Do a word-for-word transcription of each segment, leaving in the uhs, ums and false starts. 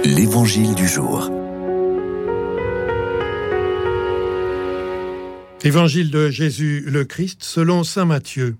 L'Évangile du jour. Évangile de Jésus le Christ selon saint Matthieu.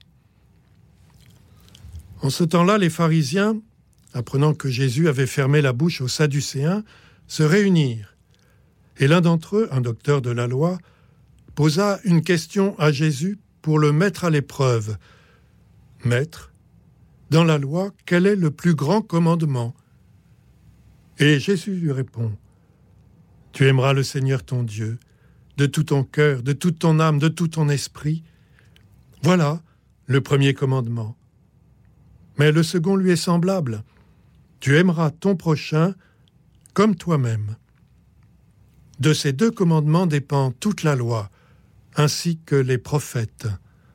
En ce temps-là, les pharisiens, apprenant que Jésus avait fermé la bouche aux Sadducéens, se réunirent. Et l'un d'entre eux, un docteur de la loi, posa une question à Jésus pour le mettre à l'épreuve. « Maître, dans la loi, quel est le plus grand commandement ?» Et Jésus lui répond, « Tu aimeras le Seigneur ton Dieu, de tout ton cœur, de toute ton âme, de tout ton esprit. Voilà le premier commandement. Mais le second lui est semblable. Tu aimeras ton prochain comme toi-même. De ces deux commandements dépend toute la loi, ainsi que les prophètes. »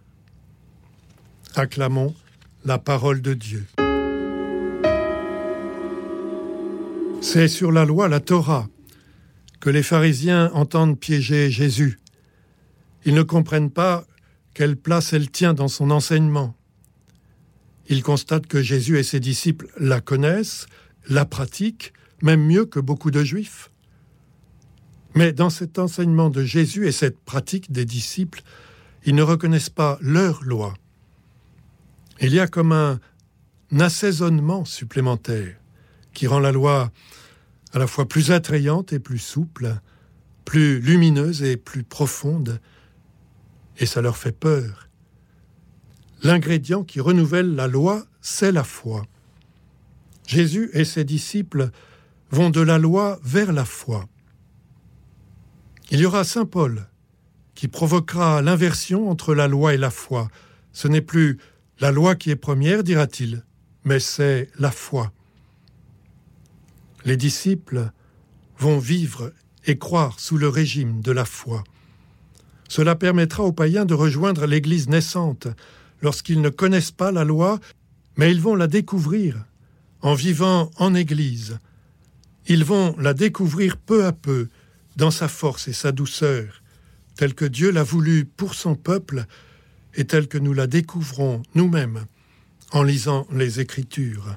Acclamons la parole de Dieu. C'est sur la loi, la Torah, que les pharisiens entendent piéger Jésus. Ils ne comprennent pas quelle place elle tient dans son enseignement. Ils constatent que Jésus et ses disciples la connaissent, la pratiquent, même mieux que beaucoup de Juifs. Mais dans cet enseignement de Jésus et cette pratique des disciples, ils ne reconnaissent pas leur loi. Il y a comme un, un assaisonnement supplémentaire qui rend la loi à la fois plus attrayante et plus souple, plus lumineuse et plus profonde, et ça leur fait peur. L'ingrédient qui renouvelle la loi, c'est la foi. Jésus et ses disciples vont de la loi vers la foi. Il y aura saint Paul qui provoquera l'inversion entre la loi et la foi. Ce n'est plus la loi qui est première, dira-t-il, mais c'est la foi. Les disciples vont vivre et croire sous le régime de la foi. Cela permettra aux païens de rejoindre l'Église naissante lorsqu'ils ne connaissent pas la loi, mais ils vont la découvrir en vivant en Église. Ils vont la découvrir peu à peu dans sa force et sa douceur, telle que Dieu l'a voulu pour son peuple et telle que nous la découvrons nous-mêmes en lisant les Écritures.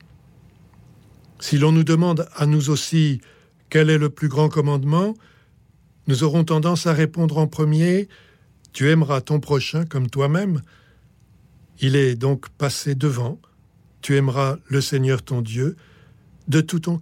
Si l'on nous demande à nous aussi quel est le plus grand commandement, nous aurons tendance à répondre en premier « Tu aimeras ton prochain comme toi-même ». Il est donc passé devant « Tu aimeras le Seigneur ton Dieu de tout ton cœur ».